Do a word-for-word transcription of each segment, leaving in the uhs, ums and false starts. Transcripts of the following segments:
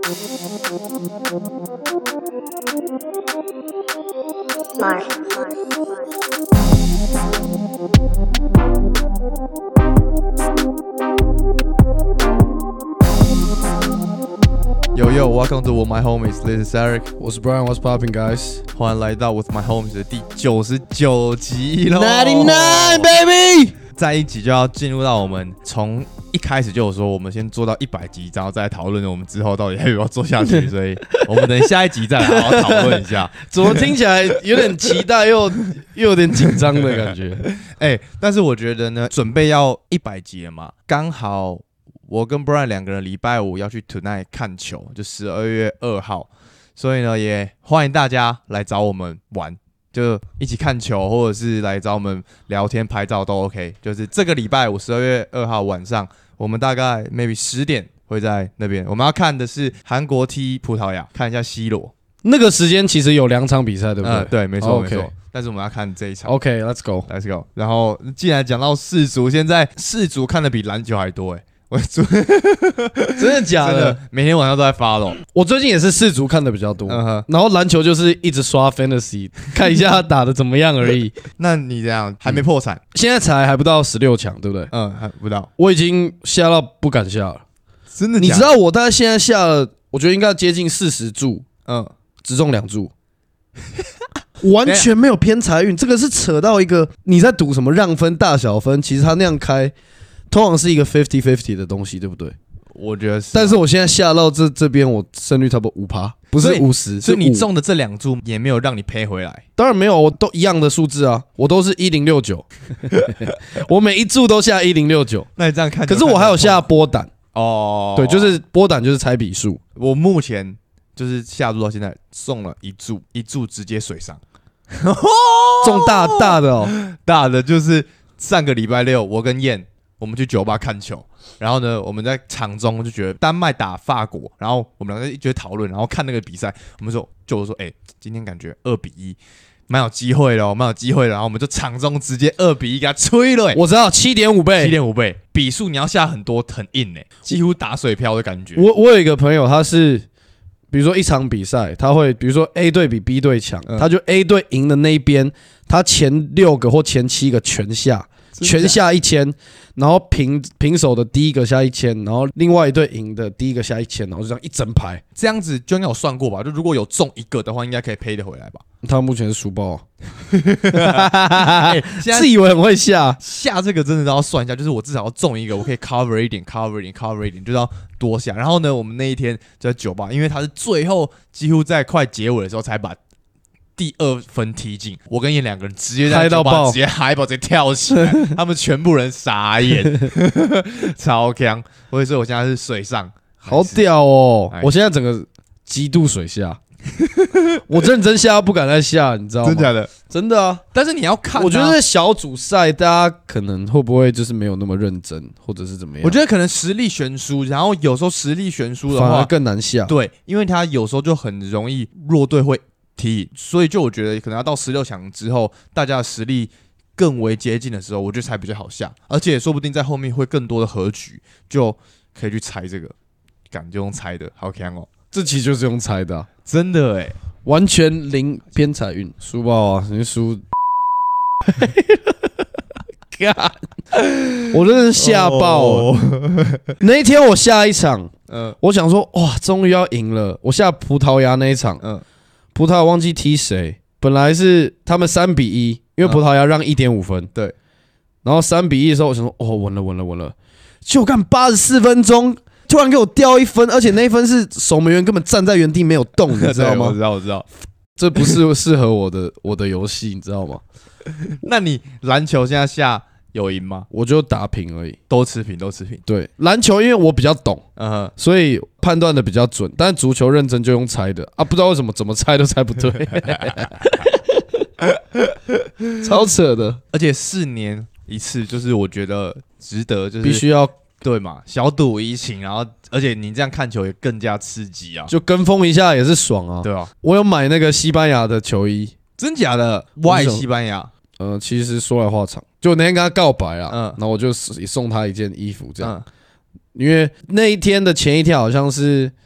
Yo yo, welcome to With My Homies. This is Eric. 我是 Brian. What's popping, guys? 欢迎来到 With My Homies 的第九十九集喽 ninety-nine, baby! 在一集就要进入到我们从一开始就有说，我们先做到一百集，然后再讨论我们之后到底要不要做下去。所以我们等下一集再来好好讨论一下。 怎么听起来有点期待又又有点紧张的感觉？ 哎、欸，但是我觉得呢，准备要一百集了嘛，刚好我跟 Brian 两个人礼拜五要去 Tonight 看球，就十二月二号，所以呢，也欢迎大家来找我们玩。就一起看球，或者是来找我们聊天、拍照都 OK。就是这个礼拜五十二月二号晚上，我们大概 maybe 十点会在那边。我们要看的是韩国踢葡萄牙，看一下 C 罗。 那个时间其实有两场比赛，对不对？ 嗯、对，没错、oh, 没错。 okay. 但是我们要看这一场。 OK，Let's、okay, go，Let's go。然后既然讲到世足，现在世足看的比篮球还多哎。我真的假的？ 真的每天晚上都在发咯。 我最近也是世足看的比较多， 嗯、 然后篮球就是一直刷 Fantasy， 看一下他打的怎么样而已。 那你这样还没破产、嗯？ 现在才还不到十六强，对不对？ 嗯，还不到。 我已经下到不敢下了， 真的假的？ 你知道我大概现在下了，我觉得应该接近四十注， 嗯， 只中两注。完全没有偏财运，这个是扯到一个你在赌什么让分大小分，其实他那样开通常是一个 fifty fifty 的东西，对不对？ 我觉得是、啊， 但是我现在下到这这边，我胜率差不多 百分之五， 不是五十， 所以你中的这两注也没有让你赔回来。 当然没有，我都一样的数字啊，我都是一零六九，我每一注都下一零六九。 那你这样看， 可是我还有下波胆哦， 对，就是波胆就是猜比数。 我目前就是下注到现在中了一注，一注直接水上， 中大大的哦， 大的就是上个礼拜六我跟燕。我们去酒吧看球，然后呢，我们在场中就觉得丹麦打法国，然后我们两个一直讨论，然后看那个比赛，我们说就说，哎、欸，今天感觉二比一，蛮有机会的，蛮有机会的，然后我们就场中直接二比一给他吹了、欸。 我知道七点五倍， 七点五倍，比数你要下很多，很硬哎、欸，几乎打水漂的感觉。 我我有一个朋友，他是比如说一场比赛，他会比如说 A 队比 B 队强、嗯，他就 A 队赢的那一边，他前六个或前七个全下。全下一千，然后平平手的第一个下一千，然后另外一队赢的第一个下一千，然后就这样一整排， 这样子就应该有算过吧？就如果有中一个的话，应该可以赔得回来吧？ 他目前是输爆、 啊欸， 自以为很会下下这个真的都要算一下，就是我至少要中一个，我可以 cover 一点 ，cover 一点 ，cover 一点，就是要多下。然后呢，我们那一天在酒吧，因为他是最后几乎在快结尾的时候才把。第二分踢进，我跟燕两个人直接在酒吧直接嗨爆，直接跳起来，他们全部人傻眼，超强。所以说我现在是水上， 好屌哦！我现在整个极度水下，我认真下不敢再下，你知道吗？ 真的假的？ 真的啊！ 但是你要看、啊， 我觉得小组赛大家可能会不会就是没有那么认真，或者是怎么样？ 我觉得可能实力悬殊，然后有时候实力悬殊的话反而更难下。 对，因为他有时候就很容易弱队会。踢，所以就我觉得可能要到十六强之后，大家的实力更为接近的时候，我觉得才比较好下，而且说不定在后面会更多的和局，就可以去猜这个，感觉用猜的，好强哦！ 这期就是用猜的、啊， 真的哎， 完全零偏财运，输爆啊！你输，我真的是吓爆了。Oh. 那一天我下一场，嗯，我想说哇，终于要赢了。我下葡萄牙那一场，嗯。葡萄牙忘记踢谁，本来是他们三比一，因为葡萄牙让一点五分， 对。 然后三比一的时候，我想说，哦，稳了，稳了，稳了。就干八十四分钟，突然给我掉一分，而且那一分是守门员根本站在原地没有动，你知道吗？ 我知道，我知道， 这不是适合我的我的游戏，你知道吗？ 那你篮球现在下有赢吗？ 我就打平而已， 都持平，都持平。 对，篮球因为我比较懂， 嗯， 所以判断的比较准。但是足球认真就用猜的啊，不知道为什么怎么猜都猜不对，超扯的。 而且四年一次，就是我觉得值得，就是必须要对嘛，小赌怡情，然后而且你这样看球也更加刺激啊， 就跟风一下也是爽啊， 对啊。 我有买那个西班牙的球衣， 真假的？我爱西班牙。 呃，其实说来话长，就我那天跟他告白啊， 嗯， 然后我就也送他一件衣服，这样、嗯，因为那一天的前一天好像是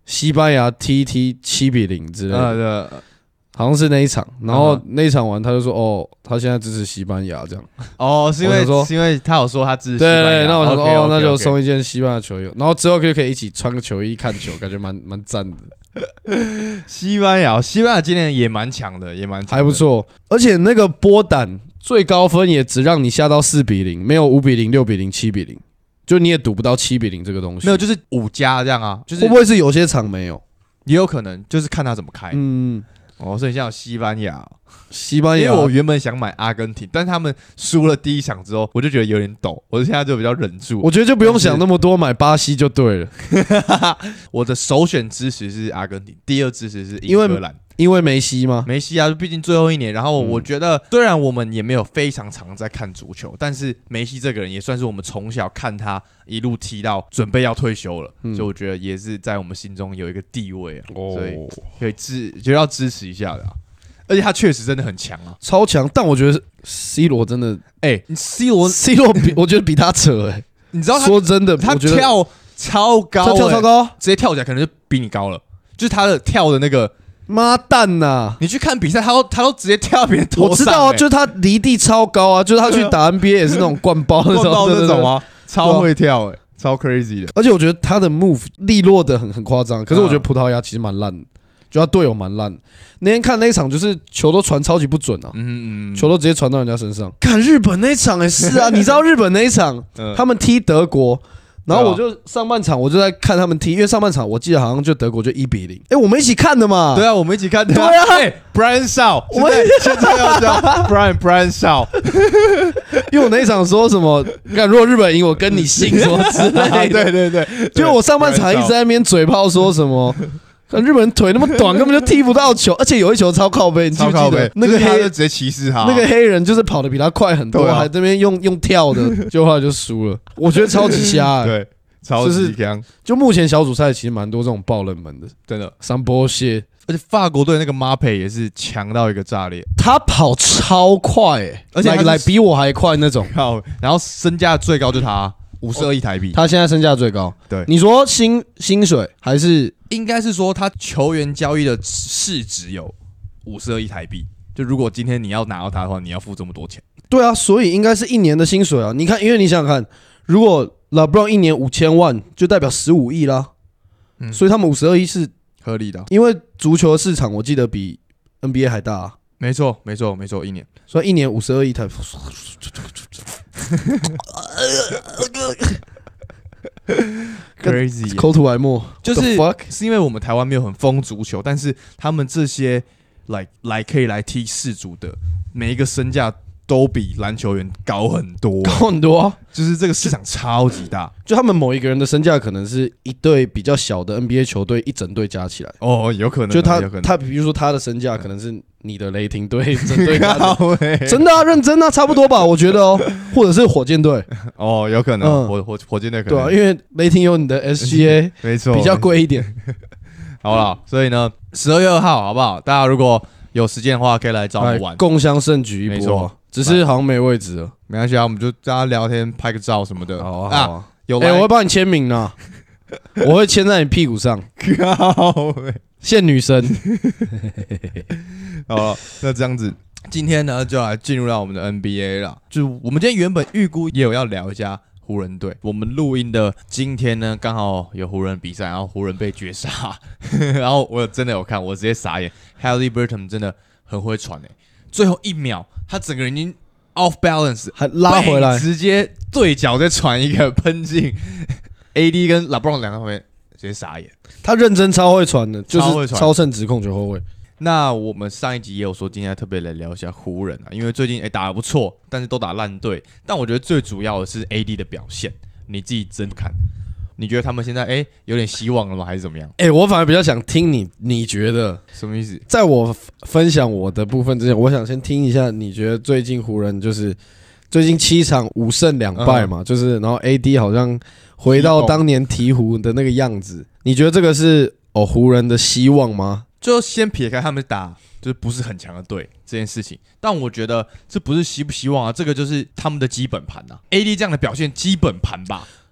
西班牙踢踢七比零之类的， 呃， 好像是那一场。然后那一场完，他就说：“哦，他现在支持西班牙这样。” 哦，是因为是因为他有说他支持西班牙。 对对，那我想说 okay, 哦， okay, 那就 okay. 送一件西班牙球衣，然后之后就可以一起穿个球衣看球，感觉蛮蛮赞的。 西班牙，西班牙今年也蛮强的，也蛮强的还不错。而且那个波胆最高分也只让你下到四比零，没有五比零、六比零、七比零，就你也赌不到七比零这个东西。 没有，就是五加这样啊，就是会不会是有些场没有？ 也有可能，就是看他怎么开。 嗯， 哦，所以像有西班牙， 西班牙， 因为我原本想买阿根廷，但是他们输了第一场之后，我就觉得有点抖，我现在就比较忍住。 我觉得就不用想那么多，买巴西就对了。 我的首选支持是阿根廷，第二支持是英格兰。 因为梅西吗？ 梅西啊，毕竟最后一年。然后我觉得，虽然我们也没有非常常在看足球，但是梅西这个人也算是我们从小看他一路踢到准备要退休了，嗯、所以我觉得也是在我们心中有一个地位啊，哦、所以可以支就要支持一下的、啊。而且他确实真的很强啊， 超强。但我觉得 C 罗真的， 哎、欸，你 C 罗 C 罗比我觉得比他扯哎、欸， 你知道他说真的， 他跳超高、欸， 他跳超高， 直接跳起来可能就比你高了，就是他的跳的那个。 妈蛋呐、啊！ 你去看比赛，他都他都直接跳到别人头上、欸。 我知道啊，就是他离地超高啊，就是他去打 N B A 也是那种灌包那种， 灌包那种啊，超会跳哎、欸，超 crazy 的。 而且我觉得他的 move 利落的很很夸张，可是我觉得葡萄牙其实蛮烂的，就他队友蛮烂。那天看那一场，就是球都传超级不准啊，嗯嗯球都直接传到人家身上。看日本那一场也、欸、是啊，你知道日本那一场，嗯、他们踢德国。然后我就上半场我就在看他们踢，因为上半场我记得好像就德国就一比零，哎，我们一起看的嘛。 对啊，我们一起看的。 对啊， 哎 ，Brian Shaw， 我们现在要叫 Brian Brian Shaw， 因为我那一场说什么，看如果日本赢，我跟你姓什么之类的。 对对对， 就我上半场一直在那边嘴炮说什么。看日本人腿那么短，根本就踢不到球，而且有一球超靠背，你记不记得？那个黑就直接歧视他， 那个黑人就是跑得比他快很多，啊、还这边用用跳的，结果后来就输了。我觉得超级瞎、欸， 对，超级强。 就目前小组赛其实蛮多这种爆冷门的， 真的。 some bullshit。 而且法国队那个马佩也是强到一个炸裂， 他跑超快、欸，而且来比我还快那种。 然后身价最高就他。五十二亿台币， 他现在身价最高。 对， 你说薪薪水还是应该是说他球员交易的市值有五十二亿台币。就如果今天你要拿到他的话，你要付这么多钱。 对啊，所以应该是一年的薪水啊。你看，因为你想想看，如果 LeBron 一年五千万，就代表十五亿啦。嗯，所以他们五十二亿是合理的， 因为足球的市场我记得比 N B A 还大、啊。 没错，没错，没错，一年， 所以一年五十二亿台。 crazy， 口吐白沫， 就是是因为我们台湾没有很疯足球，但是他们这些来来可以来踢世足的，每一个身价都比篮球员高很多， 高很多、啊， 就是这个市场超级大。 就他们某一个人的身价可能是一队比较小的 N B A 球队一整队加起来。 哦，有可能、啊， 就他有可能他比如说他的身价可能是你的雷霆队整队加起来，真的啊，认真啊，差不多吧，我觉得哦，或者是火箭队。 哦，有可能，嗯、火火火箭队可能。 对啊，因为雷霆有你的 S G A， 没错， 比较贵一点。 好了，所以呢，十二月二号好不好？大家如果有时间的话，可以来找我们玩， 共襄盛举一波。 没错， 只是好像没位置了， 没关系啊，我们就大家聊天、拍个照什么的。 好啊，好啊。 有哎、欸，我会帮你签名呢，我会签在你屁股上。限女生。 好了，那这样子，今天呢就来进入到我们的 N B A 啦。就我们今天原本预估也有要聊一下湖人队，我们录音的今天呢刚好有湖人比赛，然后湖人被绝杀，然后我真的有看，我直接傻眼。Haliburton 真的很会传诶、欸，最后一秒他整个人已经 off balance， 还拉回来， 直接对角再传一个喷进 A D 跟 LeBron 两个后面，直接傻眼。 他认真超会传的，就是超称职控球后卫。 那我们上一集也有说，今天特别来聊一下湖人啊，因为最近哎、欸、打得不错，但是都打烂队。但我觉得最主要的是 A D 的表现，你自己真看，你觉得他们现在哎、欸、有点希望了吗？还是怎么样？ 哎、欸，我反而比较想听你，你觉得什么意思？ 在我分享我的部分之前，我想先听一下，你觉得最近湖人就是最近七场五胜两败嘛，嗯、就是然后 A D 好像回到当年鹈鹕的那个样子，你觉得这个是哦湖人的希望吗？ 就先撇开他们打就是不是很强的队这件事情，但我觉得这不是希不希望啊，这个就是他们的基本盘啊。A D 这样的表现基本盘吧，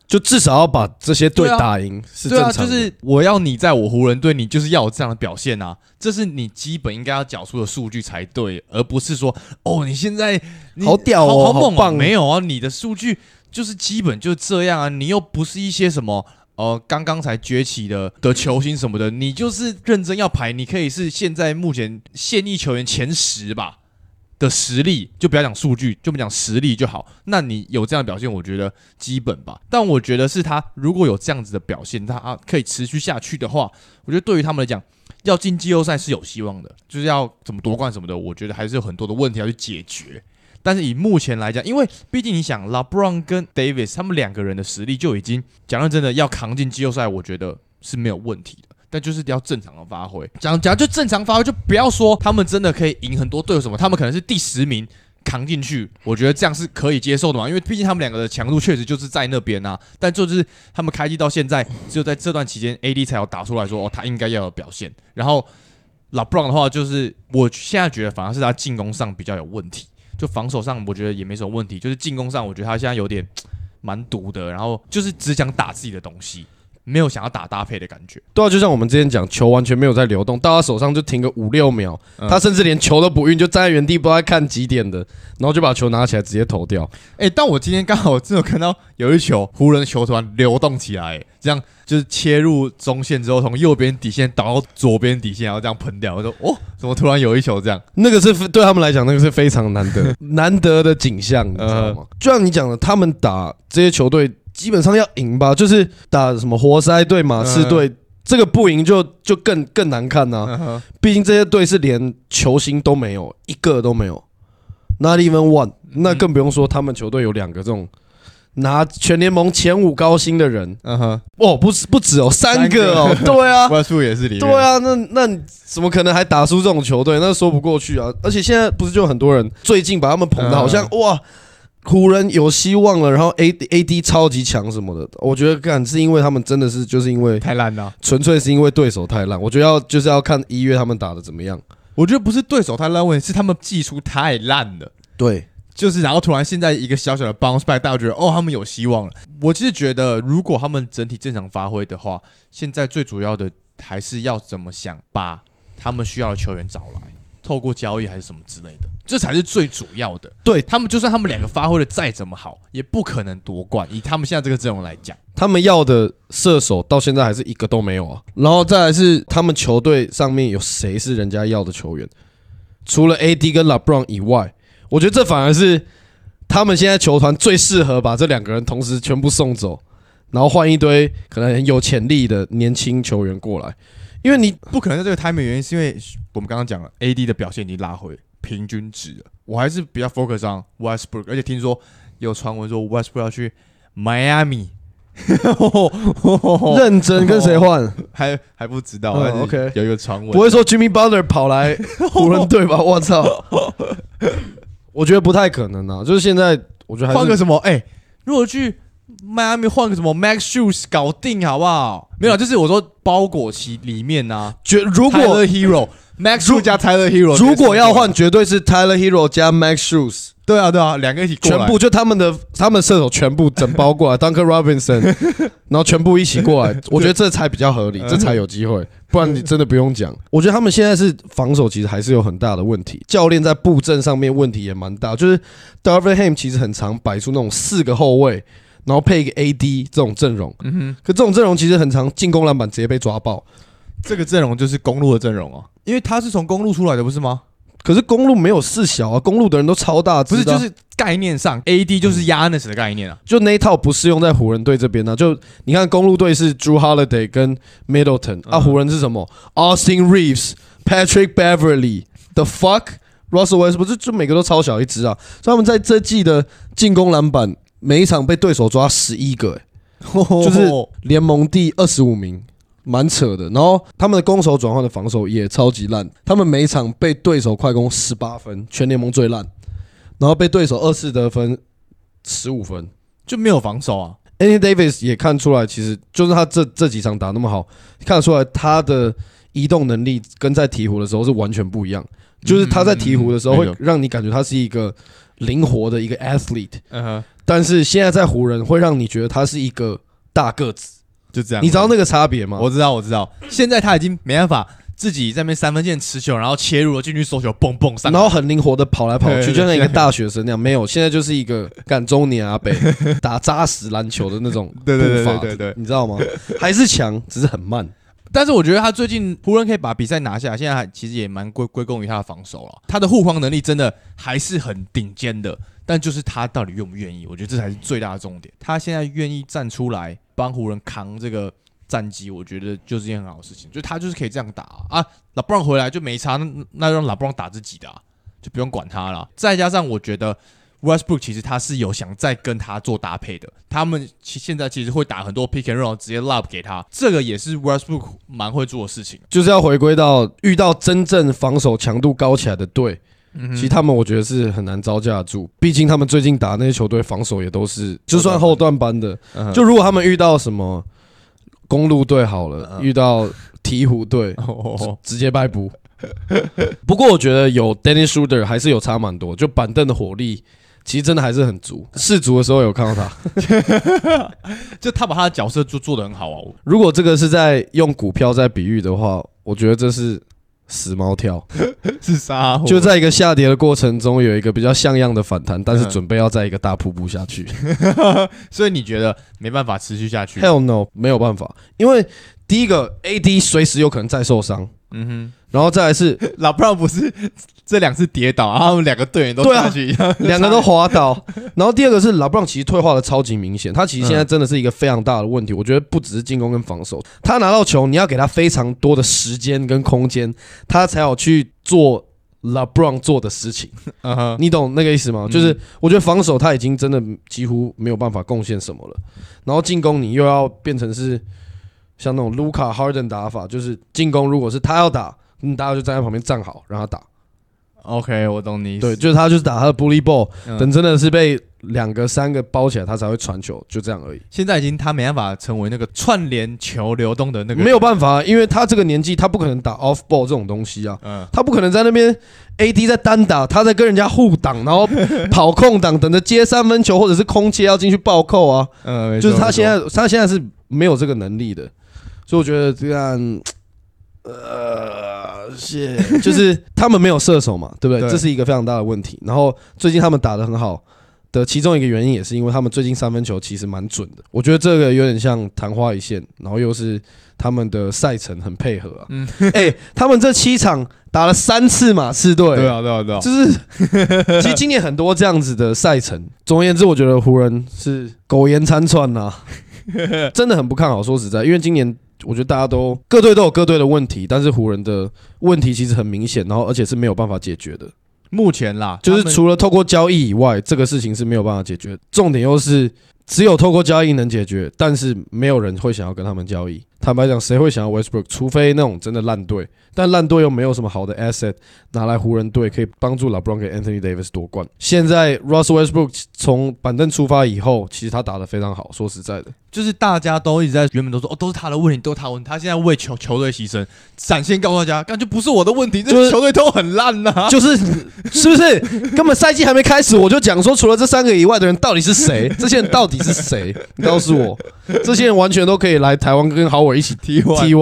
就至少要把这些队打赢、啊、是正常的。 对啊，就是我要你在我湖人队，你就是要有这样的表现啊，这是你基本应该要缴出的数据才对，而不是说哦你现在你好屌哦， 好猛、啊、 好棒， 没有啊，你的数据就是基本就是这样啊，你又不是一些什么呃刚刚才崛起的的球星什么的，你就是认真要排，你可以是现在目前现役球员前十吧。的实力就不要讲数据，就不讲实力就好。那你有这样的表现，我觉得基本吧。但我觉得是他如果有这样子的表现，他可以持续下去的话，我觉得对于他们来讲，要进季后赛是有希望的。就是要怎么夺冠什么的，我觉得还是有很多的问题要去解决。但是以目前来讲，因为毕竟你想 ，LeBron 跟 Davis 他们两个人的实力就已经讲认真的要扛进季后赛，我觉得是没有问题的。但就是要正常的发挥，讲讲就正常发挥，就不要说他们真的可以赢很多队友什么，他们可能是第十名扛进去，我觉得这样是可以接受的嘛，因为毕竟他们两个的强度确实就是在那边啊。但就是他们开季到现在，只有在这段期间 ，A D 才有打出来说哦，他应该要有表现。然后 LeBron 的话，就是我现在觉得反而是他进攻上比较有问题，就防守上我觉得也没什么问题，就是进攻上我觉得他现在有点蛮毒的，然后就是只想打自己的东西。没有想要打搭配的感觉， 对啊，就像我们之前讲，球完全没有在流动，到他手上就停个五六秒，嗯、他甚至连球都不运，就站在原地不知道在看几点的，然后就把球拿起来直接投掉。 哎、欸，但我今天刚好真的看到有一球湖人的球突然流动起来、欸，这样就是切入中线之后，从右边底线倒到左边底线，然后这样喷掉。我说哦，怎么突然有一球这样？ 那个是对他们来讲，那个是非常难得难得的景象，你知道吗？呃、就像你讲的，他们打这些球队。基本上要赢吧，就是打什么活塞队、马刺队，嗯、这个不赢就就更更难看呐、啊。嗯、毕竟这些队是连球星都没有，一个都没有 ，not even one。那更不用说他们球队有两个这种拿全联盟前五高薪的人。嗯哼，哦，不不止哦，三个哦，对啊， 外数也是里面。 对啊，那那你怎么可能还打输这种球队？那说不过去啊！而且现在不是就有很多人最近把他们捧得好像、嗯、哇。湖人有希望了，然后 A A D 超级强什么的，我觉得干是因为他们真的是就是因为太烂了， 纯粹是因为对手太烂。我觉得要就是要看一月他们打的怎么样。 我觉得不是对手太烂问题，是他们技术太烂了。 对， 就是然后突然现在一个小小的 bounce back， 大家觉得哦他们有希望了。我其实觉得如果他们整体正常发挥的话，现在最主要的还是要怎么想把他们需要的球员找来。透过交易还是什么之类的，这才是最主要的。对他们，就算他们两个发挥的再怎么好，也不可能夺冠。以他们现在这个阵容来讲， 他们要的射手到现在还是一个都没有啊。然后再来是他们球队上面有谁是人家要的球员，除了 A D 跟 LeBron 以外，我觉得这反而是他们现在球团最适合把这两个人同时全部送走，然后换一堆可能很有潜力的年轻球员过来。因为你不可能在这个 timing 原因，是因为我们刚刚讲了 ，A D 的表现已经拉回平均值了。我还是比较 focus on Westbrook， 而且听说有传闻说 Westbrook 要去 Miami， 认真跟谁换？ 还还不知道。 嗯、OK， 有一个传闻， 不会说 Jimmy Butler 跑来湖人队吧？我操！我觉得不太可能啊。就是现在，我觉得换个什么？哎、欸，如果去迈阿密换个什么 Max Shoes 搞定好不好？没有，就是我说包裹期里面啊， 如果 Tyler Hero、Max Shoes 加 Tyler Hero， 如果要换，绝对是 Tyler Hero 加 Max Shoes。 对啊，对啊，两个一起过来， 全部就他们的他们射手全部整包过来，Duncan Robinson， 然后全部一起过来，我觉得这才比较合理，这才有机会，不然你真的不用讲。我觉得他们现在是防守其实还是有很大的问题，教练在布阵上面问题也蛮大，就是 Darvin Ham 其实很常摆出那种四个后卫。然后配一个 A D 这种阵容，嗯哼，可这种阵容其实很常进攻篮板直接被抓爆。 这个阵容就是公路的阵容哦，因为他是从公路出来的，不是吗？ 可是公路没有四小啊，公路的人都超大只、啊， 不是就是概念上 A D 就是 Giannis 的概念啊， 就那一套不适用在湖人队这边啊。就你看公路队是 Drew Holiday 跟 Middleton、嗯、啊，湖人是什么 Austin Reeves、Patrick Beverly，the fuck。Russell Westbrook 就就每个都超小一只啊，所以他们在这季的进攻篮板。每一场被对手抓十一个、欸，就是联盟第二十五名，蛮扯的。然后他们的攻守转换的防守也超级烂，他们每一场被对手快攻十八分，全联盟最烂。然后被对手二次得分十五分， 就没有防守啊。 Anthony Davis 也看出来，其实就是他这这几场打那么好，看得出来他的移动能力跟在鹈鹕的时候是完全不一样。就是他在鹈鹕的时候会让你感觉他是一个灵活的一个 athlete，、uh-huh. 但是现在在湖人会让你觉得他是一个大个子， 就这样。 你知道那个差别吗？ 我知道，我知道。现在他已经没办法自己在那边三分线持球，然后切入了进去收球，蹦蹦上， 然后很灵活的跑来跑去，就像一个大学生那样。没有，现在就是一个干中年阿伯打扎实篮球的那种步伐， 对对对对对， 你知道吗？还是强，只是很慢。 但是我觉得他最近湖人可以把比赛拿下来，现在还其实也蛮归归功于他的防守了。他的护框能力真的还是很顶尖的，但就是他到底愿不愿意，我觉得这才是最大的重点。他现在愿意站出来帮湖人扛这个战绩，我觉得就是一件很好的事情。就他就是可以这样打啊，啊拉布朗回来就没差，那那让拉布朗打自己的、啊，就不用管他了。再加上我觉得 Westbrook 其实他是有想再跟他做搭配的，他们现在其实会打很多 pick and roll， 直接 lob 给他，这个也是 Westbrook 蛮会做的事情。 就是要回归到遇到真正防守强度高起来的队。其实他们我觉得是很难招架得住，毕竟他们最近打那些球队防守也都是就算后段班的，就如果他们遇到什么公路队好了，遇到鹈鹕队，直接败补。不过我觉得有 Dennis Schroeder 还是有差蛮多，就板凳的火力其实真的还是很足。试足的时候有看到他， 就他把他的角色就做得很好啊。 如果这个是在用股票在比喻的话，我觉得这是死猫跳， 是啥？ 就在一个下跌的过程中有一个比较像样的反弹，但是准备要在一个大瀑布下去。 所以你觉得没办法持续下去 ？Hell no， 没有办法，因为第一个 A D 随时有可能再受伤。嗯哼，然后再来是拉布朗不是这两次跌倒，然后他们两个队员都下去， 两、啊、个都滑倒。然后第二个是拉布朗其实退化的超级明显，他其实现在真的是一个非常大的问题。我觉得不只是进攻跟防守，他拿到球你要给他非常多的时间跟空间，他才有去做拉布朗做的事情。Uh-huh. 你懂那个意思吗？嗯、就是我觉得防守他已经真的几乎没有办法贡献什么了，然后进攻你又要变成是。像那种卢卡 Harden 打法，就是进攻，如果是他要打，嗯，大家就站在旁边站好，让他打。 OK， 我懂你意思。 对，就是他就是打他的 bully ball，、嗯、等真的是被两个、三个包起来，他才会传球，就这样而已。 现在已经他没办法成为那个串联球流动的那个， 没有办法，因为他这个年纪，他不可能打 off ball 这种东西啊。嗯、他不可能在那边 A D 在单打，他在跟人家互挡，然后跑空档，等着接三分球或者是空切要进去暴扣啊。嗯，就是他现在，他现在是没有这个能力的。所以我觉得这样，呃，谢，就是他们没有射手嘛，对不对？对，这是一个非常大的问题。然后最近他们打得很好的其中一个原因，也是因为他们最近三分球其实蛮准的。我觉得这个有点像昙花一现，然后又是他们的赛程很配合啊。嗯，哎、欸，他们这七场打了三次马刺队， 对啊，对啊，对啊， 就是其实今年很多这样子的赛程。总而言之，我觉得湖人是苟延残喘呐，真的很不看好。说实在，因为今年。我觉得大家都各队都有各队的问题，但是湖人的问题其实很明显，然后而且是没有办法解决的。 目前啦， 就是除了透过交易以外，这个事情是没有办法解决。重点又是只有透过交易能解决，但是没有人会想要跟他们交易。坦白讲，谁会想要 Westbrook？ 除非那种真的烂队，但烂队又没有什么好的 asset 拿来湖人队可以帮助 LeBron 给 Anthony Davis 夺冠。现在 Russell Westbrook 从板凳出发以后，其实他打得非常好。说实在的， 就是大家都一直在原本都说哦，都是他的问题，都是他的问题。他现在为球球队牺牲，展现告诉大家，感觉不是我的问题，这、就是、球队都很烂呐、啊。 就是是不是？根本赛季还没开始，我就讲说，除了这三个以外的人到底是谁？这些人到底是谁？你告诉我，这些人完全都可以来台湾跟豪尔一起 T 一。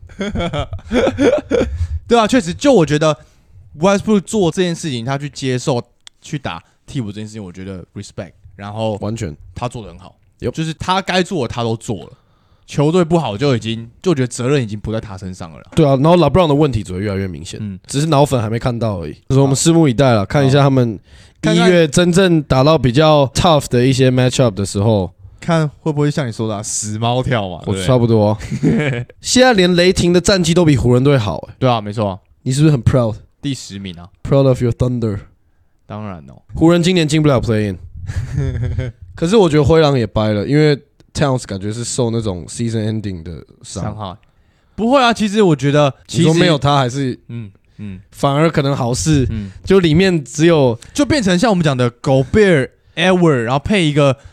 对啊，确实，就我觉得 Westbrook 做这件事情，他去接受去打替补这件事情，我觉得 respect， 然后完全他做得很好，就是他该做的他都做了。球队不好就已经就觉得责任已经不在他身上了啦。 对啊，然后 LeBron 的问题只会越来越明显，嗯，只是脑粉还没看到而已。就是我们拭目以待了，看一下他们一月真正打到比较 tough 的一些 matchup 的时候。 看会不会像你说的、啊、死猫跳嘛？ 我差不多、啊。现在连雷霆的战绩都比湖人队好、欸。 对啊，没错、啊。 你是不是很 proud？ 第十名啊 ，proud of your Thunder。 当然哦， 湖人今年进不了 play in。可是我觉得灰狼也掰了，因为 Towns 感觉是受那种 season ending 的伤害。 不会啊，其实我觉得，其实你说没有他还是嗯嗯，反而可能好事。嗯，就里面只有就变成像我们讲的 Gobert、Edwards， 然后配一个。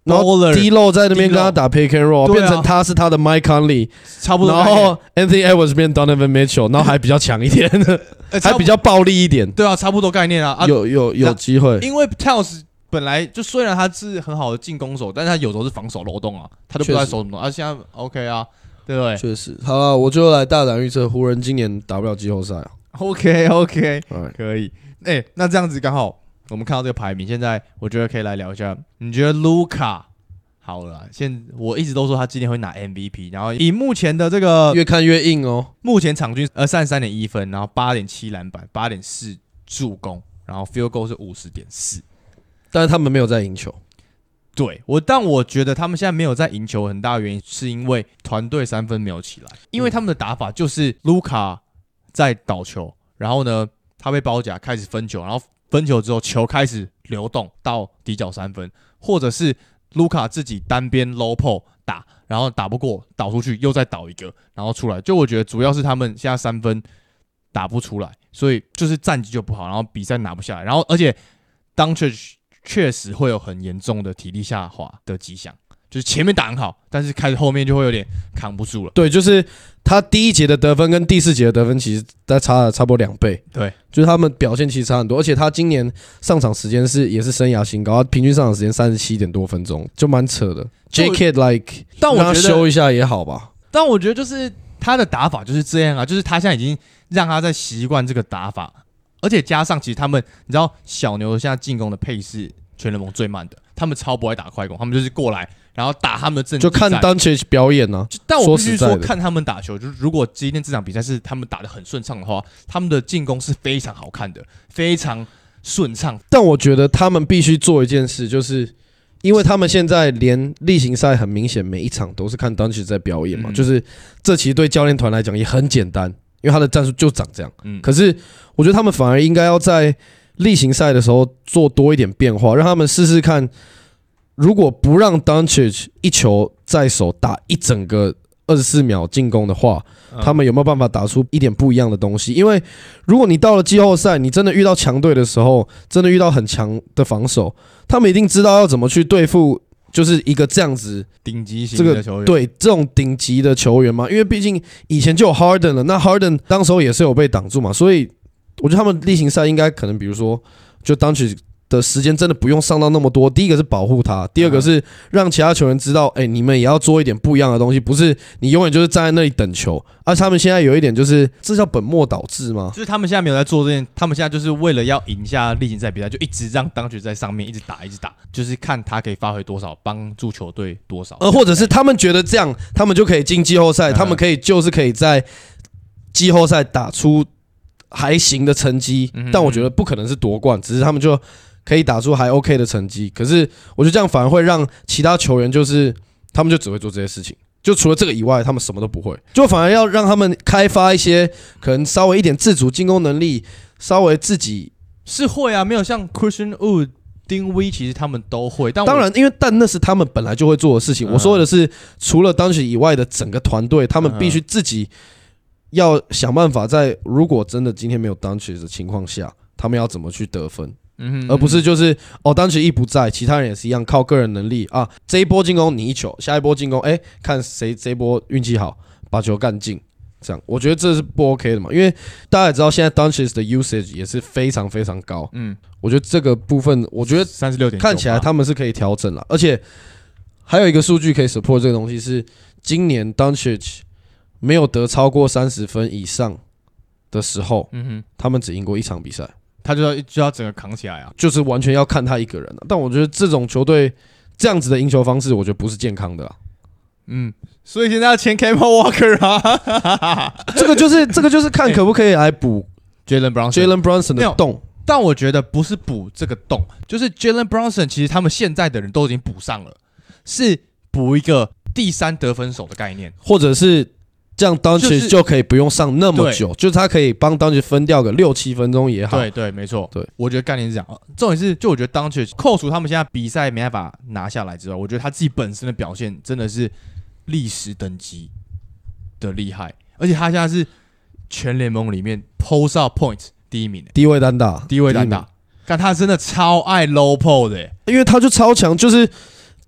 然后 D-Lo 在那边跟他打 pick and roll， 变成他是他的 Mike Conley， 差不多。 然后 Anthony Edwards 变 Donovan Mitchell， 然后还比较强一点，还比较暴力一点。 对啊，差不多概念啊。啊有有有机会， 因为 Towns 本来就虽然他是很好的进攻手，但是他有时候是防守漏洞啊，他就不知道守什么。啊，现在 OK 啊，对不对？ 确实。好了，我就来大胆预测，湖人今年打不了季后赛啊。 OK OK， 可以。哎、欸，那这样子刚好。我们看到这个排名，现在我觉得可以来聊一下。你觉得卢卡好了？现我一直都说他今年会拿 M V P， 然后以目前的这个越看越硬哦。 目前场均呃三十三点一分，然后八点七篮板，八点四助攻，然后 field goal 是五十点四， 但是他们没有在赢球。 对我，但我觉得他们现在没有在赢球，很大的原因是因为团队三分没有起来，因为他们的打法就是卢卡在倒球，然后呢他被包夹开始分球，然后。分球之后，球开始流动到底角三分，或者是卢卡自己单边 low pull 打，然后打不过，倒出去又再倒一个，然后出来。就我觉得主要是他们现在三分打不出来，所以就是战绩就不好，然后比赛拿不下来，然后而且 Doncic 确实会有很严重的体力下滑的迹象。就是前面打很好，但是开始后面就会有点扛不住了。 对，就是他第一节的得分跟第四节的得分其实在差了差不多两倍。 对， 就是他们表现其实差很多，而且他今年上场时间是也是生涯新高，他平均上场时间三十七点多分钟，就蛮扯的。J K like， 但我觉得让他修一下也好吧。 但我觉得就是他的打法就是这样啊，就是他现在已经让他在习惯这个打法，而且加上其实他们，你知道小牛现在进攻的配是全联盟最慢的，他们超不爱打快攻，他们就是过来。然后打他们的阵地就看 Doncic 表演呢、啊。 但我必须说，看他们打球，就是如果今天这场比赛是他们打得很顺畅的话，他们的进攻是非常好看的，非常顺畅。 但我觉得他们必须做一件事，就是因为他们现在连例行赛很明显每一场都是看 Doncic 在表演嘛，嗯、就是这其实对教练团来讲也很简单，因为他的战术就长这样。嗯、可是我觉得他们反而应该要在例行赛的时候做多一点变化，让他们试试看。如果不让 Doncic 一球在手打一整个二十四秒进攻的话，嗯、他们有没有办法打出一点不一样的东西？因为如果你到了季后赛，你真的遇到强队的时候，真的遇到很强的防守，他们一定知道要怎么去对付，就是一个这样子顶级型的球员。 这个、对这种顶级的球员嘛，因为毕竟以前就有 Harden 了，那 Harden 当时候也是有被挡住嘛，所以我觉得他们例行赛应该可能，比如说就 Doncic。的时间真的不用上到那么多。第一个是保护他，第二个是让其他球员知道，哎、欸，你们也要做一点不一样的东西，不是你永远就是站在那里等球。而、啊、他们现在有一点就是，这叫本末倒置吗？ 就是他们现在没有在做这件，他们现在就是为了要赢下例行赛比赛，就一直让当局在上面一直打，一直打，就是看他可以发挥多少，帮助球队多少。 呃，或者是他们觉得这样，他们就可以进季后赛，他们可以就是可以在季后赛打出还行的成绩，嗯、但我觉得不可能是夺冠，只是他们就。可以打出还 OK 的成绩，可是我觉得这样反而会让其他球员就是他们就只会做这些事情，就除了这个以外，他们什么都不会，就反而要让他们开发一些可能稍微一点自主进攻能力，稍微自己是会啊，没有像 Christian Wood、丁威，其实他们都会。但当然，因为但那是他们本来就会做的事情。嗯、我说的是，除了Doncic以外的整个团队，他们必须自己要想办法在如果真的今天没有Doncic的情况下，他们要怎么去得分。嗯、而不是就是哦，当时一不在，其他人也是一样靠个人能力啊。这一波进攻你一球，下一波进攻，哎、欸，看谁这一波运气好，把球干进。这样，我觉得这是不 OK 的嘛，因为大家也知道现在 Doncic 的 usage 也是非常非常高。嗯，我觉得这个部分，我觉得三十六点， 看起来他们是可以调整了，而且还有一个数据可以 support 这个东西是，今年 Doncic 没有得超过三十分以上的时候，嗯哼，他们只赢过一场比赛。 他就要就要整个扛起来啊， 就是完全要看他一个人、啊、但我觉得这种球队这样子的赢球方式，我觉得不是健康的、啊。 嗯，所以现在要签 Kemba Walker 啊， 这个就是这个就是看可不可以来补 Jalen Brunson Jalen Brunson 的洞。 但我觉得不是补这个洞，就是 Jalen Brunson 其实他们现在的人都已经补上了，是补一个第三得分手的概念， 或者是。这样 Doncic 就可以不用上那么久，就是他可以帮 Doncic 分掉个六七分钟也好。 对对，没错。对，我觉得概念是这样。重点是，就我觉得 Doncic 扣除他们现在比赛没办法拿下来之外，我觉得他自己本身的表现真的是历史等级的厉害，而且他现在是全联盟里面 post up point 第一名， 低位单打， 低位单打。但他真的超爱 low post 的、欸， 因为他就超强，就是。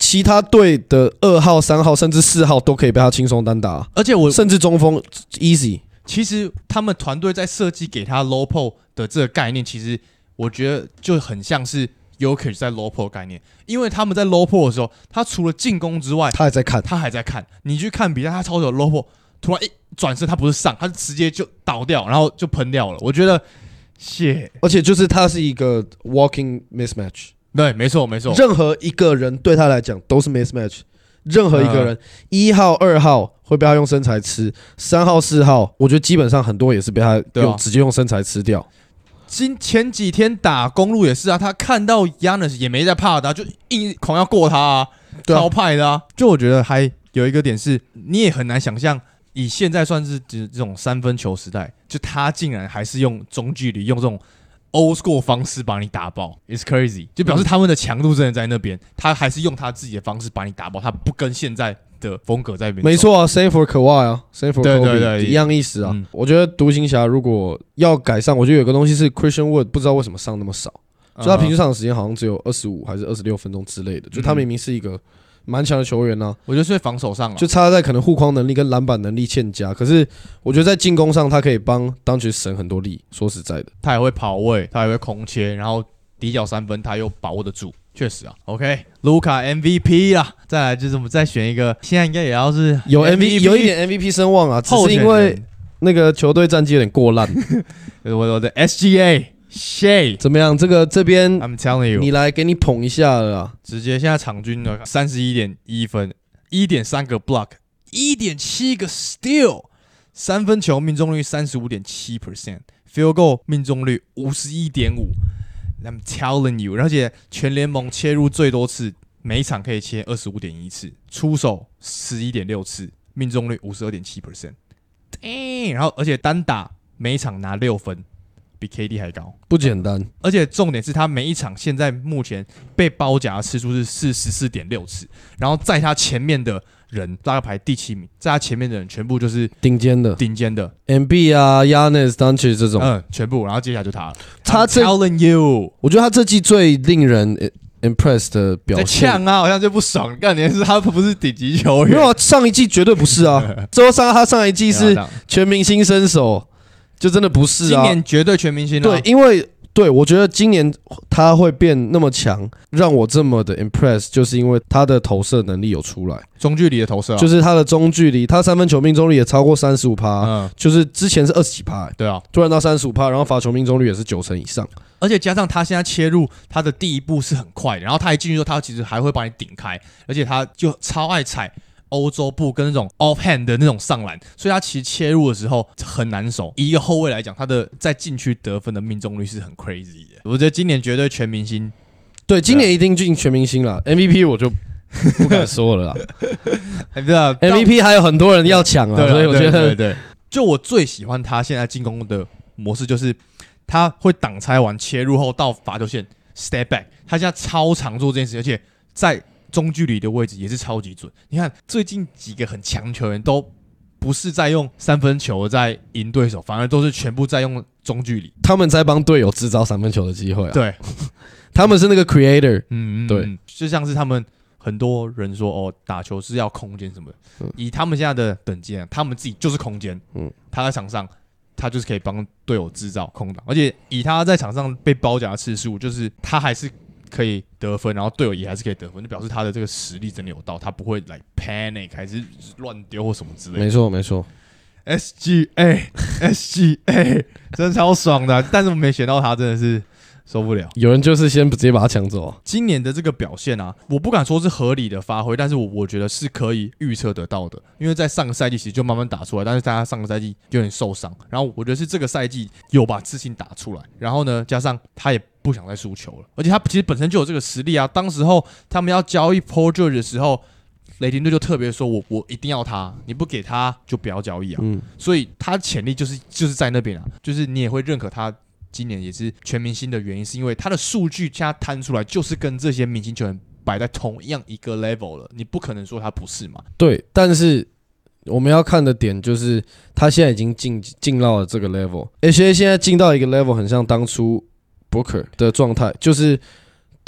其他队的二号、三号甚至四号都可以被他轻松单打， 而且我甚至中锋 easy。 其实他们团队在设计给他 low post 的这个概念，其实我觉得就很像是 Jokic 在 low post 概念，因为他们在 low post 的时候，他除了进攻之外， 他还在看， 他还在看。你去看比赛，他超有 low post， 突然一转身，他不是上，他直接就倒掉，然后就喷掉了。我觉得，谢， 而且就是他是一个 walking mismatch。 对，没错，没错。 任何一个人对他来讲都是 mismatch。任何一个人，一、嗯、号、二号会被他用身材吃，三号、四号，我觉得基本上很多也是被他用、啊、直接用身材吃掉。 今前几天打公路也是啊，他看到 Giannis 也没在怕的、啊，就硬狂要过他啊，超派的啊。就我觉得还有一个点是，你也很难想象，以现在算是这种三分球时代，就他竟然还是用中距离，用这种 old school 方式把你打爆 ，it's crazy， 就表示他们的强度真的在那边，他还是用他自己的方式把你打爆，他不跟现在的风格在那边。 没错啊 ，same for Kawhi 啊 ，same for Kobe， 对对对， 一样意思啊。 嗯、 我觉得独行侠如果要改善，我觉得有个东西是 Christian Wood 不知道为什么上那么少，就他平均上的时间好像只有二十五还是二十六分钟之类的，就他明明是一个蛮强的球员呢、啊。 我觉得是在防守上、啊， 就差在可能护框能力跟篮板能力欠佳，可是我觉得在进攻上他可以帮当局省很多力。说实在的， 他也会跑位，他也会空切，然后底角三分他又把握得住。确实啊 ，OK， 卢卡 M V P 啦，再来就是我们再选一个，现在应该也要是有 M V P， 有一点 M V P 声望啊，只是因为那个球队战绩有点过烂。 我我的 S G A Shea 怎么样？这个这边 I'm telling you， 你来给你捧一下了啦。 直接现在场均呢三十一点一分，一点三个 block， 一点七个 steal， 三分球命中率三十五点七 percent，field goal 命中率五十一点五。I'm telling you， 而且全联盟切入最多次，每一场可以切 二十五点一次，出手 十一点六次，命中率 五十二点七 percent。然后而且单打每一场拿六分，比 K D 还高， 不简单。 而且重点是他每一场现在目前被包夹的次数是四十四点六次，然后在他前面的人大概排第七名，在他前面的人全部就是顶尖的， 顶尖的 M B 啊 ，Giannis、Doncic 这种， 嗯，全部，然后接下来就他了。 他这 I'm telling you， 我觉得他这季最令人 impressed 的表现， 在呛啊，好像就不爽。干你是他不是顶级球员， 没有、啊、上一季绝对不是啊，之后上他上一季是全明星身手，就真的不是啊。 今年绝对全明星、啊， 对，因为。对，我觉得今年他会变那么强，让我这么的 impress， 就是因为他的投射能力有出来， 中距离的投射、啊， 就是他的中距离，他三分球命中率也超过 百分之三十五， 嗯，就是之前是二十几趴、欸， 对啊， 突然到 百分之三十五， 然后罚球命中率也是九成以上， 而且加上他现在切入他的第一步是很快的，然后他一进去之后，他其实还会把你顶开，而且他就超爱踩欧洲步跟那种 offhand 的那种上篮，所以他其实切入的时候很难守。以一个后卫来讲，他的在禁区得分的命中率是很 crazy 的。我觉得今年绝对全明星， 对，今年一定进全明星了。M V P 我就不敢说了啦对啊 ，M V P 还有很多人要抢啊，所以我觉得， 对对对，就我最喜欢他现在进攻的模式，就是他会挡拆完切入后到罚球线 step back， 他现在超常做这件事，而且在中距离的位置也是超级准。你看最近几个很强球员都不是在用三分球在赢对手，反而都是全部在用中距离。 他们在帮队友制造三分球的机会啊。 对， 他们是那个 creator。 嗯嗯， 对， 就像是他们很多人说哦，打球是要空间什么的。嗯、以他们现在的等级，他们自己就是空间。嗯，他在场上，他就是可以帮队友制造空档，而且以他在场上被包夹的次数，就是他还是可以得分，然后队友也还是可以得分，就表示他的这个实力真的有到，他不会来 panic 还是乱丢或什么之类的。 没错没错 ，S G A S G A 真的超爽的、啊，但是我没选到他，真的是受不了。 有人就是先直接把他抢走、啊。 今年的这个表现啊，我不敢说是合理的发挥，但是我我觉得是可以预测得到的，因为在上个赛季其实就慢慢打出来，但是他上个赛季有点受伤，然后我觉得是这个赛季有把自信打出来，然后呢，加上他也不想再输球了，而且他其实本身就有这个实力啊。当时候他们要交易 Paul George 的时候，雷霆队就特别说我我一定要他，你不给他就不要交易啊。嗯，所以他潜力就是就是在那边啊，就是你也会认可他。今年也是全明星的原因，是因为他的数据加摊出来，就是跟这些明星球员摆在同样一个 level 了，你不可能说他不是嘛？ 对，但是我们要看的点就是他现在已经进进到了这个 level， 而且现在进到一个 level 很像当初 Booker 的状态，就是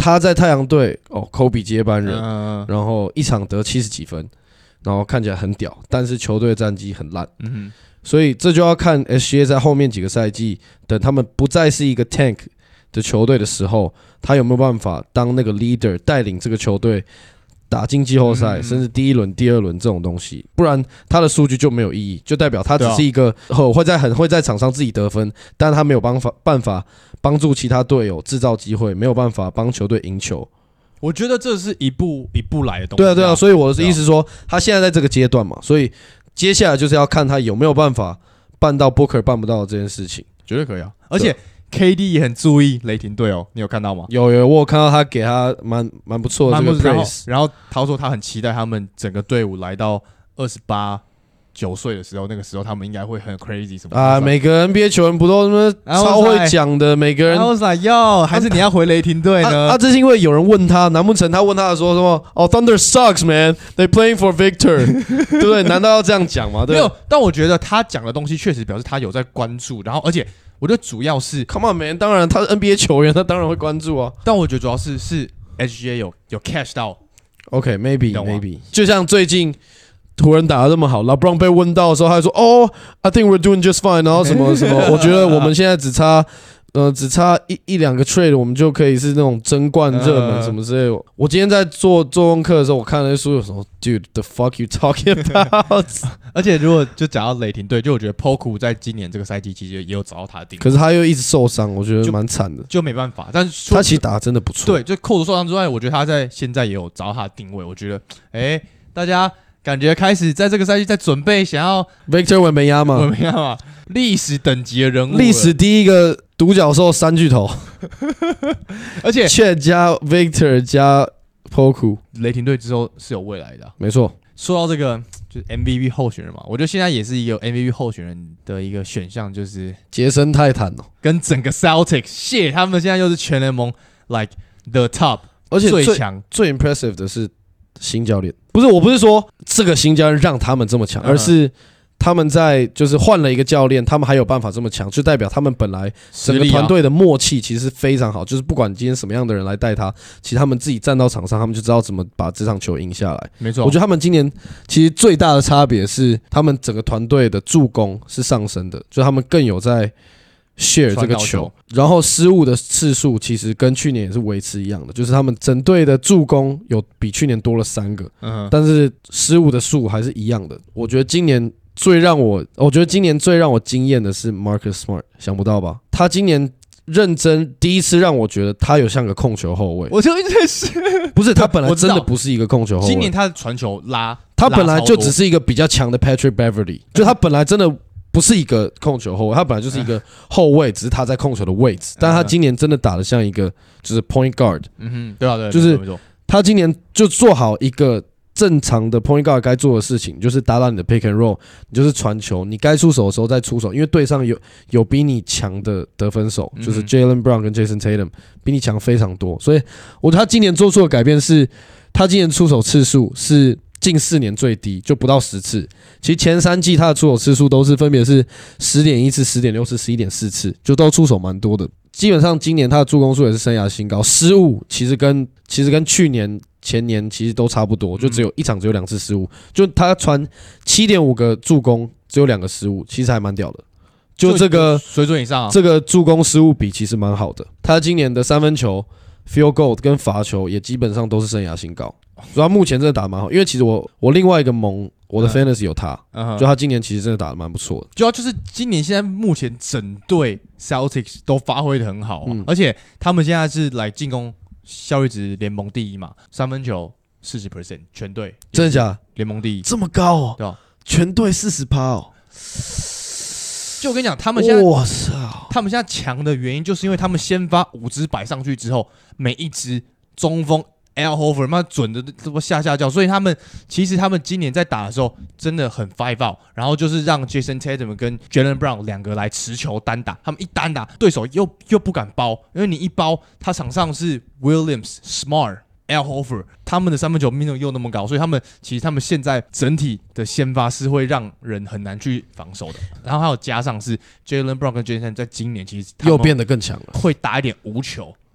他在太阳队哦，科比接班人， 嗯、 然后一场得七十几分，然后看起来很屌，但是球队战绩很烂。 嗯所以这就要看 S G A 在后面几个赛季，等他们不再是一个 tank 的球队的时候，他有没有办法当那个 leader 带领这个球队打进季后赛，嗯、甚至第一轮、第二轮这种东西，不然他的数据就没有意义，就代表他只是一个、哦、会在很会在场上自己得分，但他没有办法办法帮助其他队友制造机会，没有办法帮球队赢球。 我觉得这是一步一步来的东西。 对啊，对啊，所以我的意思是说，他现在在这个阶段嘛，所以接下来就是要看他有没有办法办到 Booker 办不到的这件事情， 绝对可以啊！而且 K D 也很注意雷霆队哦，你有看到吗？ 有有，我有看到他给他蛮蛮不错的这个 praise， 然后他说他很期待他们整个队伍来到二十八九岁的时候，那个时候他们应该会很 crazy 什么啊！每个 N B A 球员不都那么超会讲的？每个人， 然后说哟，还是你要回雷霆队呢？ 啊，啊这是因为有人问他，难不成他问他的说什么？哦 ，Thunder sucks, man. They playing for Victor， 对不对？难道要这样讲吗？对， 没有。但我觉得他讲的东西确实表示他有在关注，然后而且我觉得主要是 ，Come on, man， 当然他是 N B A 球员，他当然会关注啊。 但我觉得主要是是 S G A 有有 catch 到 ，OK，maybe maybe， 就像最近。湖人打得这么好 ，LeBron 被问到的时候，他还说：“哦、oh, ，I think we're doing just fine。”然后什么什么，我觉得我们现在只差，呃，只差一一两个 trade， 我们就可以是那种争冠热门什么之类的。我今天在做做功课的时候，我看了书，有什么 ，Dude，the fuck you talking about？ 而且如果就讲到雷霆队，就我觉得 Poku 在今年这个赛季其实也有找到他的定位， 可是他又一直受伤，我觉得蛮惨的， 就没办法。但是他其实打得真的不错， 对，就扣除受伤之外，我觉得他在现在也有找到他的定位。我觉得，哎、欸，大家。感觉开始在这个赛季在准备想要 Victor Wembanyama 嘛， Wembanyama 嘛，历史等级的人物， 历史第一个独角兽三巨头， 而且 Chet 加 Victor 加 Poku， 雷霆队之后是有未来的、啊， 没错。 说到这个就是 M V P 候选人嘛，我觉得现在也是一个 M V P 候选人的一个选项，就是杰森泰坦哦， 跟整个 Celtics， shit， 他们现在又是全联盟 like the top， 而且最强最 impressive 的是。新教练不是，我不是说这个新教练让他们这么强，而是他们在就是换了一个教练，他们还有办法这么强，就代表他们本来整个团队的默契其实非常好，就是不管今天什么样的人来带他，其实他们自己站到场上，他们就知道怎么把这场球赢下来。 没错， 我觉得他们今年其实最大的差别是，他们整个团队的助攻是上升的，就他们更有在。share 这个球，然后失误的次数其实跟去年也是维持一样的，就是他们整队的助攻有比去年多了三个，嗯、但是失误的数还是一样的。我觉得今年最让我，我觉得今年最让我惊艳的是 Marcus Smart， 想不到吧？他今年认真第一次让我觉得他有像个控球后卫， 我就一直是， 不是他本来真的不是一个控球后卫， 今年他的传球拉， 他本来就只是一个比较强的 Patrick Beverly， 就他本来真的。不是一个控球后卫，他本来就是一个后卫，只是他在控球的位置。但他今年真的打得像一个就是 point guard， 嗯哼，对啊，对， 就是他今年就做好一个正常的 point guard 该做的事情，就是打打你的 pick and roll， 你就是传球，你该出手的时候再出手，因为队上有有比你强的得分手，就是 Jaylen Brown 跟 Jason Tatum 比你强非常多，所以我觉得他今年做出的改变是，他今年出手次数是。近四年最低，就不到十次。其实前三季他的出手次数都是分别是十点一次、十点六次、十一点四次，就都出手蛮多的。基本上今年他的助攻数也是生涯新高，失误其实跟其实跟去年、前年其实都差不多，就只有一场只有两次失误。就他传 七点五 个助攻，只有两个失误，其实还蛮屌的。就这个水准以上、啊， 这个助攻失误比其实蛮好的。他今年的三分球、field goal 跟罚球也基本上都是生涯新高。所以他目前真的打得蛮好，因为其实我我另外一个盟我的 fantasy 有他，嗯、就他今年其实真的打得蛮不错的。 主要就是今年现在目前整队 Celtics 都发挥得很好、啊嗯，而且他们现在是来进攻效率值联盟第一嘛，三分球 百分之四十 全队真的假的？ 联盟第一， 这么高哦？ 对吧？ 全队 百分之四十 哦。 就我跟你讲，他们现在哇操， 他们现在强的原因，就是因为他们先发五支摆上去之后，每一支中锋。Al Horford 妈准的这么下下叫，所以他们其实他们今年在打的时候真的很 five out， 然后就是让 Jason Tatum 跟 Jaylen Brown 两个来持球单打，他们一单打对手又又不敢包，因为你一包他场上是 Williams、Smart、Al Horford， 他们的三分球命中又那么高，所以他们其实他们现在整体的先发是会让人很难去防守的，然后还有加上是 Jaylen Brown 跟 Jason 在今年其实又变得更强了， 会打一点无球。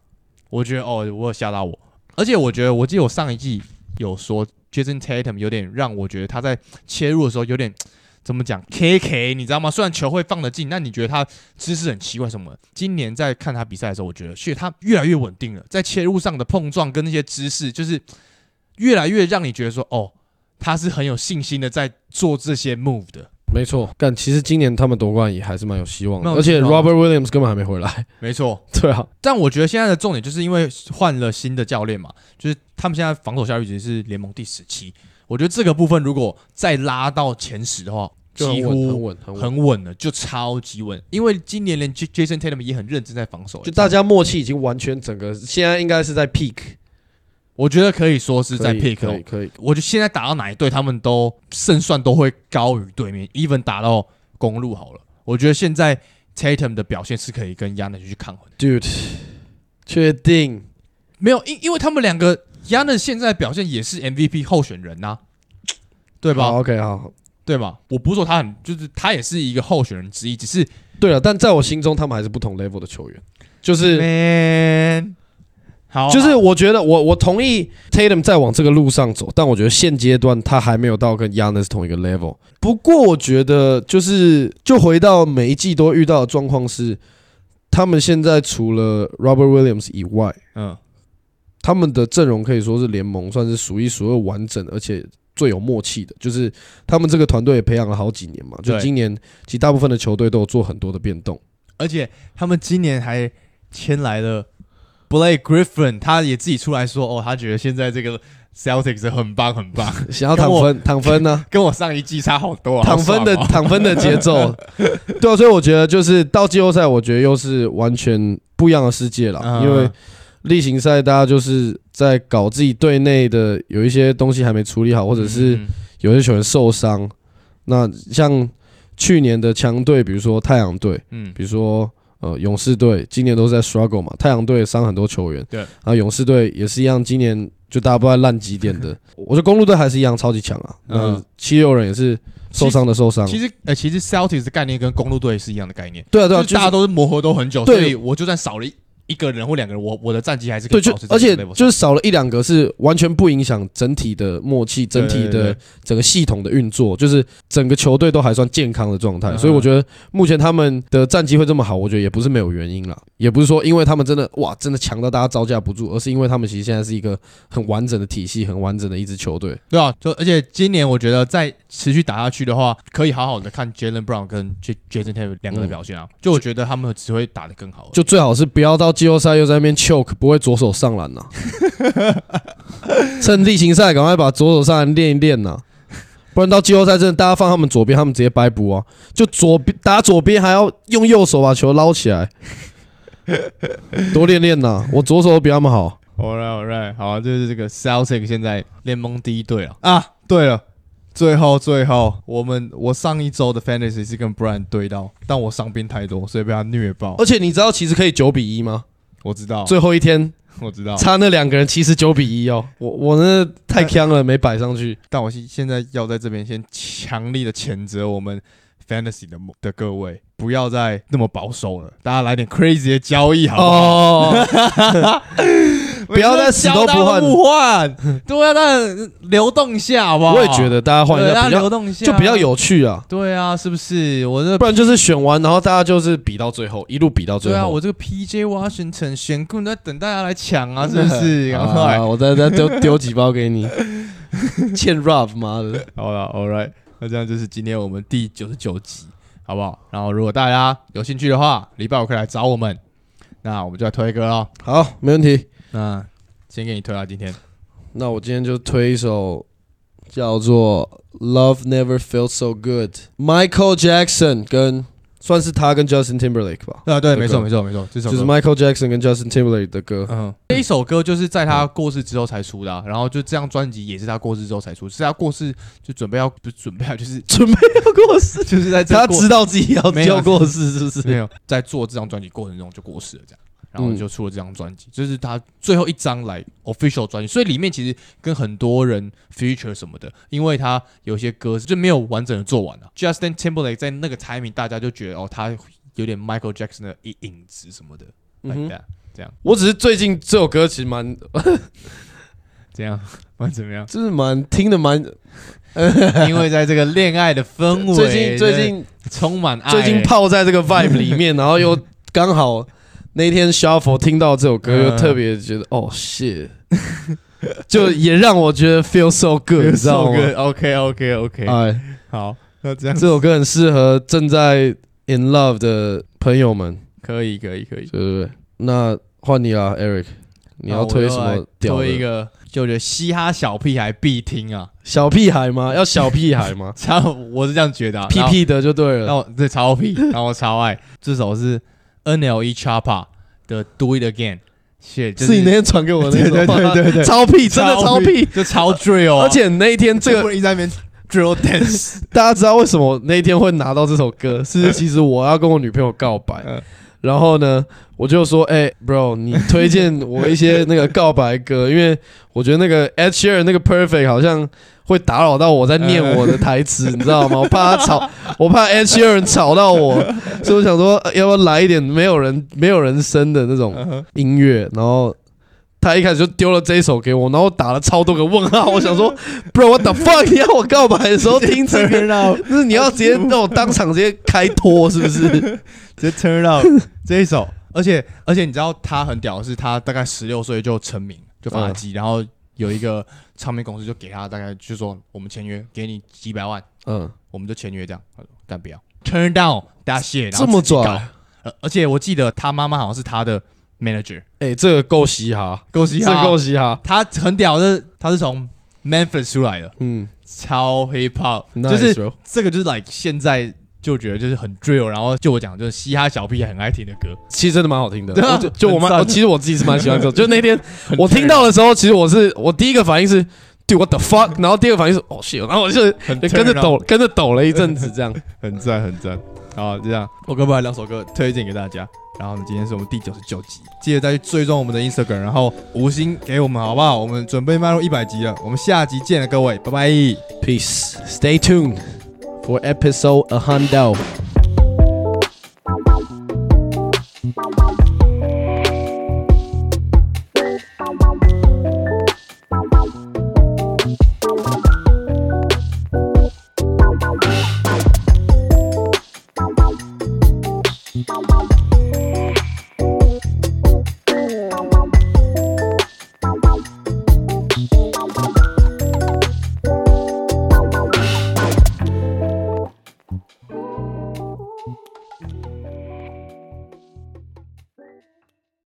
我觉得哦，我有吓到我，而且我觉得我记得我上一季有说 Jason Tatum 有点让我觉得他在切入的时候有点怎么讲 K K， 你知道吗？虽然球会放得进，但你觉得他姿势很奇怪什么的？今年在看他比赛的时候，我觉得其实他越来越稳定了，在切入上的碰撞跟那些姿势，就是越来越让你觉得说哦，他是很有信心的在做这些 move 的。 没错，但其实今年他们夺冠也还是蛮有希望的，而且蛮有希望的 Robert Williams 根本还没回来。 没错， 对啊， 但我觉得现在的重点就是因为换了新的教练嘛，就是他们现在防守效率其实是联盟第十七。我觉得这个部分如果再拉到前十的话， 就几乎很稳很稳很稳了，就超级稳。因为今年连 Jason Tatum 也很认真在防守， 就大家默契已经完全整个，现在应该是在 peak， 我觉得可以说是在 pick 可以可以。 我觉得现在打到哪一队，他们都胜算都会高于对面 ，even 打到公路好了。我觉得现在 Tatum 的表现是可以跟 Giannis 去抗衡的。 Dude， 确定没有，因因为他们两个 Giannis 现在的表现也是 M V P 候选人呐、啊，对吧？ 好 ？OK， 好， 对吧？我不是说他很，就是他也是一个候选人之一，只是对了，但在我心中，他们还是不同 level 的球员，就是 Man。好， 就是我觉得我我同意 Tatum 在往这个路上走，但我觉得现阶段他还没有到跟 Giannis 同一个 level。不过我觉得就是就回到每一季都会遇到的状况是，他们现在除了 Robert Williams 以外， 嗯， 他们的阵容可以说是联盟算是数一数二完整，而且最有默契的。就是他们这个团队也培养了好几年嘛，就今年其实大部分的球队都有做很多的变动， 而且他们今年还签来了 Blake Griffin， 他也自己出来说，哦，他觉得现在这个 Celtics 很棒很棒， 想要躺分躺分呢、啊， 跟我上一季差好多、啊， 躺分的躺分的节奏，对啊，所以我觉得就是到季后赛，我觉得又是完全不一样的世界了， 嗯、 因为例行赛大家就是在搞自己队内的有一些东西还没处理好，或者是有些球员受伤，那像去年的强队，比如说太阳队，嗯，比如说。呃，勇士队今年都是在 struggle 嘛，太阳队伤很多球员， 对， 然后勇士队也是一样，今年就大家不知道烂几点的。我觉得公路队还是一样超级强啊，嗯，七六人也是受伤的受伤。 其实，呃，其实 Celtics 的概念跟公路队是一样的概念， 对啊，对啊， 就是大家都是磨合都很久，所以我就算少了一。一个人或两个人，我我的战绩还是可以保持。 而且就是少了一两个是完全不影响整体的默契、整体的整个系统的运作，就是整个球队都还算健康的状态。所以我觉得目前他们的战绩会这么好，我觉得也不是没有原因啦，也不是说因为他们真的哇真的强到大家招架不住，而是因为他们其实现在是一个很完整的体系、很完整的一支球队。 对啊，就而且今年我觉得再持续打下去的话，可以好好的看 Jaylen Brown 跟 Jason Tatum 两个的表现啊。就我觉得他们只会打得更好， 就最好是不要到季后赛又在那边 choke， 不会左手上篮呐、啊。趁例行赛赶快把左手上篮练一练呐、啊，不然到季后赛真的大家放他们左边，他们直接掰补啊！就左边打左边还要用右手把球捞起来，多练练呐！我左手比他们好。 Alright, alright， 好、啊，就是这个 Celtics 现在联盟第一队啊。啊，对了。最后，最后，我们我上一周的 Fantasy 是跟 Brian 对到，但我伤病太多，所以被他虐爆。 而且你知道其实可以九比一吗？ 我知道， 最后一天我知道， 差那两个人其实九比一哦。我我那太强了，没摆上去。 但我现在要在这边先强力的谴责我们 Fantasy 的的各位，不要再那么保守了，大家来点 crazy 的交易好不好？哦不要再死都不换，不换，对啊，那流动一下好不好？ 我也觉得大家换一下，比较流动一下， 就比较有趣啊。 对啊，是不是？我这不然就是选完，然后大家就是比到最后，一路比到最后。 对啊，我这个 P J Washington 选棍在等大家来抢啊，是不是？赶快， 我再再丢丢几包给你，欠 Rob 妈的。 好了 ，All right， 那这样就是今天我们第九十九集，好不好？然后如果大家有兴趣的话，礼拜五可以来找我们，那我们就来推歌咯。 好，没问题。 那先给你推啊，今天。 那我今天就推一首叫做《Love Never Felt So Good》，Michael Jackson 跟算是他跟 Justin Timberlake 吧。 对啊，对，没错，没错，没错，这首就是 Michael Jackson 跟 Justin Timberlake 的歌。 嗯，这一首歌就是在他过世之后才出的、啊，然后就这张专辑也是他过世之后才出，是他过世就准备要不是准备要就是准备要过世， 就是在这他知道自己要要过世，是不是？ 没有，在做这张专辑过程中就过世了，这样。然后就出了这张专辑，这、嗯、是他最后一张来 official 专辑，所以里面其实跟很多人 feature 什么的，因为他有些歌就没有完整的做完啊。Justin Timberlake 在那个 timing， 大家就觉得哦，他有点 Michael Jackson 的影子什么的、嗯、，like that。 这样。 我只是最近这首歌其实蛮这样，蛮怎么样？ 就是蛮听的蛮， 因为在这个恋爱的氛围， 最近最近充满爱， 最近泡在这个 vibe 里面，然后又刚好那天 shuffle 听到这首歌，又特别觉得哦 shit， 就也让我觉得 feel so good， 你知道吗 ？OK OK OK， 哎， 好，那这样这首歌很适合正在 in love 的朋友们， 可以可以可以， 对对对。那换你啦 ，Eric， 你要推什么屌的？ 推一个，就我觉得嘻哈小屁孩必听啊， 小屁孩吗？要小屁孩吗？ 超，我是这样觉得、啊， 屁屁的就对了。 然后这超屁，然后我超爱这首是 N L E Choppa 的 Do It Again。是，就是你那天传给我的那首， 对对对对对， 超屁，真的超屁， 就超 drill，、啊、 而且那一天这个一直在那边 drill dance， 大家知道为什么那一天会拿到这首歌？是其实我要跟我女朋友告白，然后呢，我就说，哎、欸、，bro， 你推荐我一些那个告白歌，因为我觉得那个 Ed Sheeran 那个 Perfect 好像会打扰到我在念我的台词，你知道吗？我怕他吵，我怕 Ed Sheeran 吵到我，所以我想说，要不要来一点没有人没有人声的那种音乐？然后他一开始就丢了这一首给我，然后我打了超多个问号。我想说 ，bro，what the fuck？ 你要我告白的时候听这个，就是你要直接让我当场直接开脱，是不是？ 直接 turn out 这一首，而且而且你知道他很屌的是，他大概十六岁就成名，就发迹、嗯，然后有一个唱片公司就给他大概就说我们签约，给你几百万，嗯，我们就签约这样，干不要 turn down that shit， 这么拽、 呃，而且我记得他妈妈好像是他的 manager， 哎、欸，这个够嘻哈， 够嘻哈， 这够嘻哈， 他很屌的，他是从 Memphis 出来的，嗯，超 hip hop，、nice, 就是这个就是 like 现在。就觉得就是很 drill， 然后就我讲就是嘻哈小屁孩很爱听的歌， 其实真的蛮好听的。啊、就, 就我蛮，其实我自己是蛮喜欢这首。就那天我听到的时候，其实我是我第一个反应是 ，Dude what the fuck， 然后第二个反应是哦 shit， 然后我就跟着抖，跟着抖了一阵子，这样很赞很赞。好，就这样，我跟不然两首歌推荐给大家。然后呢，今天是我们第九十九集，记得再去追踪我们的 Instagram， 然后五星给我们好不好？我们准备迈入一百集了，我们下集见了，各位，拜拜 ，Peace，Stay tuned for episode a hundred. Bye.